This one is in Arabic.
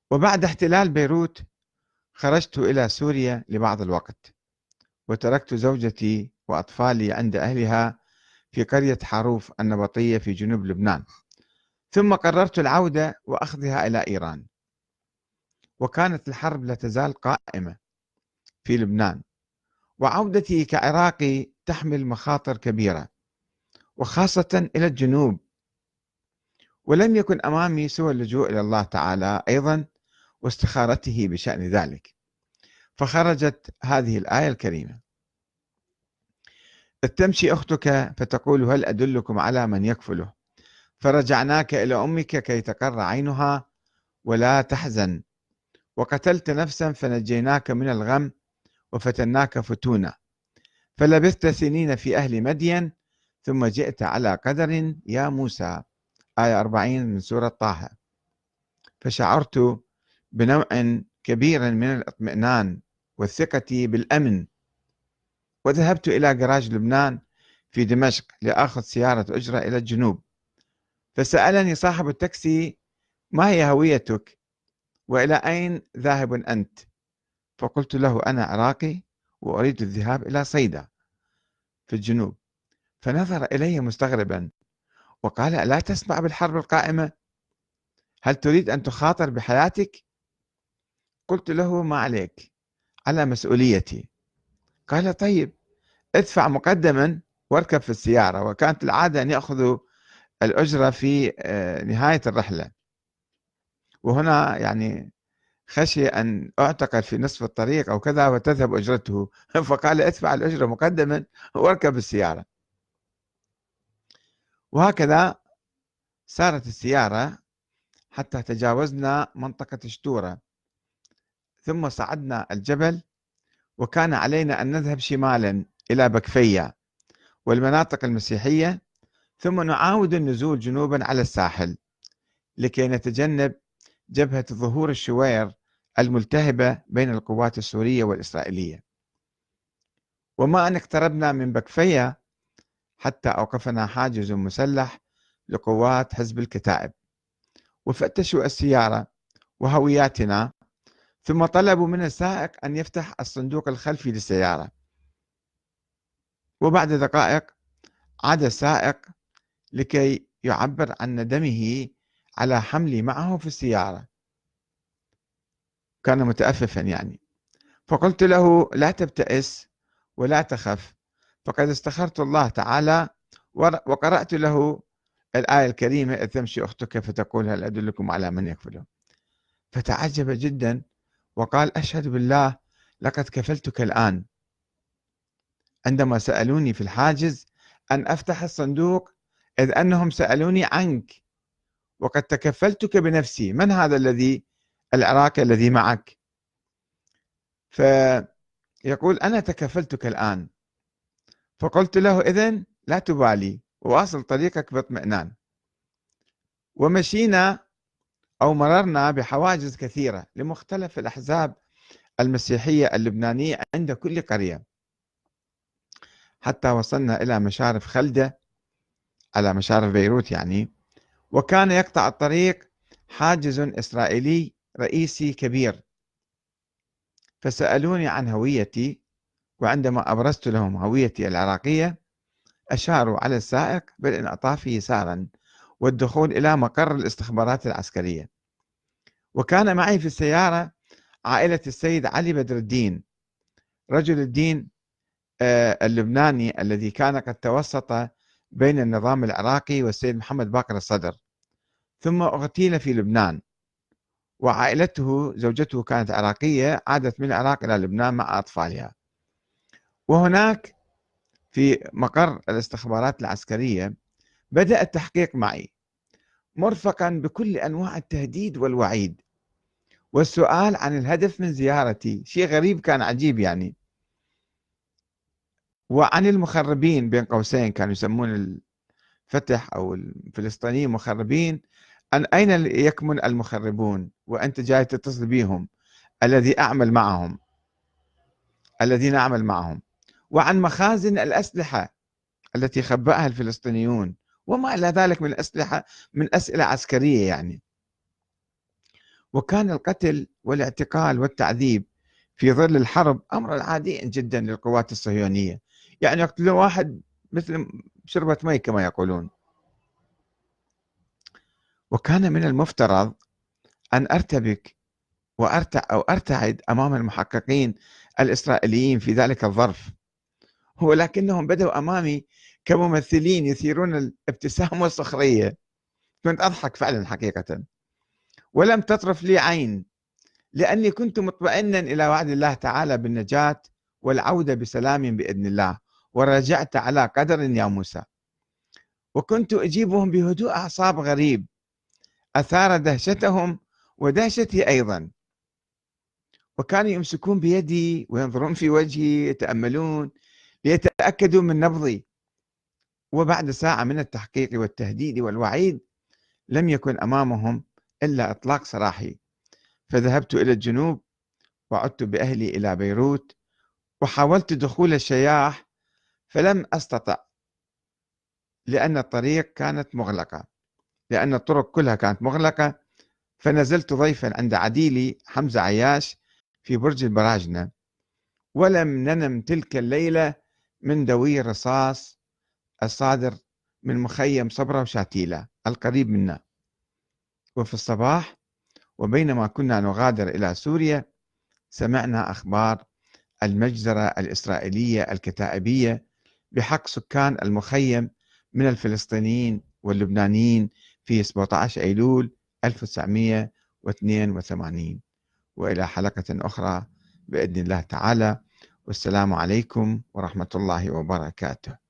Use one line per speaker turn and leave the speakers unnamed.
وبعد احتلال بيروت خرجت إلى سوريا لبعض الوقت، وتركت زوجتي وأطفالي عند أهلها في قرية حاروف النبطية في جنوب لبنان، ثم قررت العودة وأخذها إلى إيران. وكانت الحرب لا تزال قائمة في لبنان، وعودتي كعراقي تحمل مخاطر كبيرة، وخاصة إلى الجنوب، ولم يكن أمامي سوى اللجوء إلى الله تعالى أيضا واستخارته بشأن ذلك. فخرجت هذه الآية الكريمة: إذ تمشي أختك فتقول هل أدلكم على من يكفله، فرجعناك إلى أمك كي تقر عينها ولا تحزن، وقتلت نفسا فنجيناك من الغم وفتناك فتونا، فلبثت سنين في أهل مدين ثم جئت على قدر يا موسى. آية 40 من سورة طه. فشعرت بنوع كبير من الاطمئنان والثقة بالأمن، وذهبت إلى جراج لبنان في دمشق لآخذ سيارة أجرة إلى الجنوب. فسألني صاحب التاكسي: ما هي هويتك؟ وإلى أين ذاهب أنت؟ فقلت له: أنا عراقي وأريد الذهاب إلى صيدا في الجنوب. فنظر إلي مستغربا وقال: لا تسمع بالحرب القائمة؟ هل تريد أن تخاطر بحياتك؟ قلت له: ما عليك، على مسؤوليتي. قال: طيب ادفع مقدما واركب في السيارة. وكانت العادة أن يأخذوا الأجرة في نهاية الرحلة، وهنا يعني خشي أن أعتقل في نصف الطريق أو كذا وتذهب أجرته فقال: ادفع الأجرة مقدما واركب السيارة. وهكذا سارت السيارة حتى تجاوزنا منطقة شتورة، ثم صعدنا الجبل، وكان علينا أن نذهب شمالا إلى بكفية والمناطق المسيحية، ثم نعاود النزول جنوبا على الساحل لكي نتجنب جبهة ظهور الشوير الملتهبة بين القوات السورية والإسرائيلية. وما أن اقتربنا من بكفية حتى أوقفنا حاجز مسلح لقوات حزب الكتائب، وفتشوا السيارة وهوياتنا، ثم طلبوا من السائق أن يفتح الصندوق الخلفي للسيارة. وبعد دقائق عاد السائق لكي يعبر عن ندمه على حملي معه في السيارة، كان متأففا يعني. فقلت له: لا تبتئس ولا تخف، فقد استخرت الله تعالى. وقرأت له الآية الكريمة: إذ تمشي أختك فتقول هل أدلكم على من يكفله. فتعجب جدا وقال: أشهد بالله لقد كفلتك الآن، عندما سألوني في الحاجز أن أفتح الصندوق، إذ أنهم سألوني عنك وقد تكفلتك بنفسي. من هذا العراقي الذي معك؟ فيقول: أنا تكفلتك الآن. فقلت له: إذن لا تبالي، واصل طريقك باطمئنان. ومشينا أو مررنا بحواجز كثيرة لمختلف الأحزاب المسيحية اللبنانية عند كل قرية، حتى وصلنا إلى مشارف خلدة على مشارف بيروت يعني. وكان يقطع الطريق حاجز إسرائيلي رئيسي كبير، فسألوني عن هويتي، وعندما أبرزت لهم هويتي العراقية أشاروا على السائق بالانعطاف يسارا والدخول إلى مقر الاستخبارات العسكرية. وكان معي في السيارة عائلة السيد علي بدر الدين، رجل الدين اللبناني الذي كان قد توسط بين النظام العراقي والسيد محمد باقر الصدر، ثم اغتيل في لبنان. وعائلته زوجته كانت عراقية، عادت من العراق إلى لبنان مع أطفالها. وهناك في مقر الاستخبارات العسكرية بدأ التحقيق معي، مرفقا بكل أنواع التهديد والوعيد والسؤال عن الهدف من زيارتي. شيء غريب، كان عجيب يعني. وعن المخربين بين قوسين، كانوا يسمون الفتح أو الفلسطينيين مخربين، أن أين يكمن المخربون وأنت جاي تتصل بهم، الذين أعمل معهم. وعن مخازن الأسلحة التي خبأها الفلسطينيون وما إلى ذلك من الأسلحة، من أسئلة عسكرية يعني. وكان القتل والاعتقال والتعذيب في ظل الحرب أمرا عاديا جدا للقوات الصهيونية، يعني يقتلون واحد مثل شربة مي كما يقولون. وكان من المفترض أن أرتبك أو أرتعد أمام المحققين الإسرائيليين في ذلك الظرف، ولكنهم بدأوا أمامي كممثلين يثيرون الابتسامة والسخرية. كنت أضحك فعلا حقيقة، ولم تطرف لي عين، لأني كنت مطمئنا إلى وعد الله تعالى بالنجاة والعودة بسلام بإذن الله، ورجعت على قدر يا موسى. وكنت أجيبهم بهدوء أعصاب غريب أثار دهشتهم ودهشتي أيضا، وكانوا يمسكون بيدي وينظرون في وجهي يتأملون ليتأكدوا من نبضي. وبعد ساعة من التحقيق والتهديد والوعيد لم يكن أمامهم إلا إطلاق سراحي، فذهبت إلى الجنوب وعدت بأهلي إلى بيروت، وحاولت دخول الشياح فلم أستطع، لأن الطريق كانت مغلقة، لأن الطرق كلها كانت مغلقة. فنزلت ضيفا عند عديلي حمزة عياش في برج البراجنة، ولم ننم تلك الليلة من دوي الرصاص الصادر من مخيم صبرا وشاتيلة القريب منا. وفي الصباح وبينما كنا نغادر إلى سوريا سمعنا أخبار المجزرة الإسرائيلية الكتائبية بحق سكان المخيم من الفلسطينيين واللبنانيين في 17 أيلول 1982. وإلى حلقة أخرى بإذن الله تعالى، والسلام عليكم ورحمة الله وبركاته.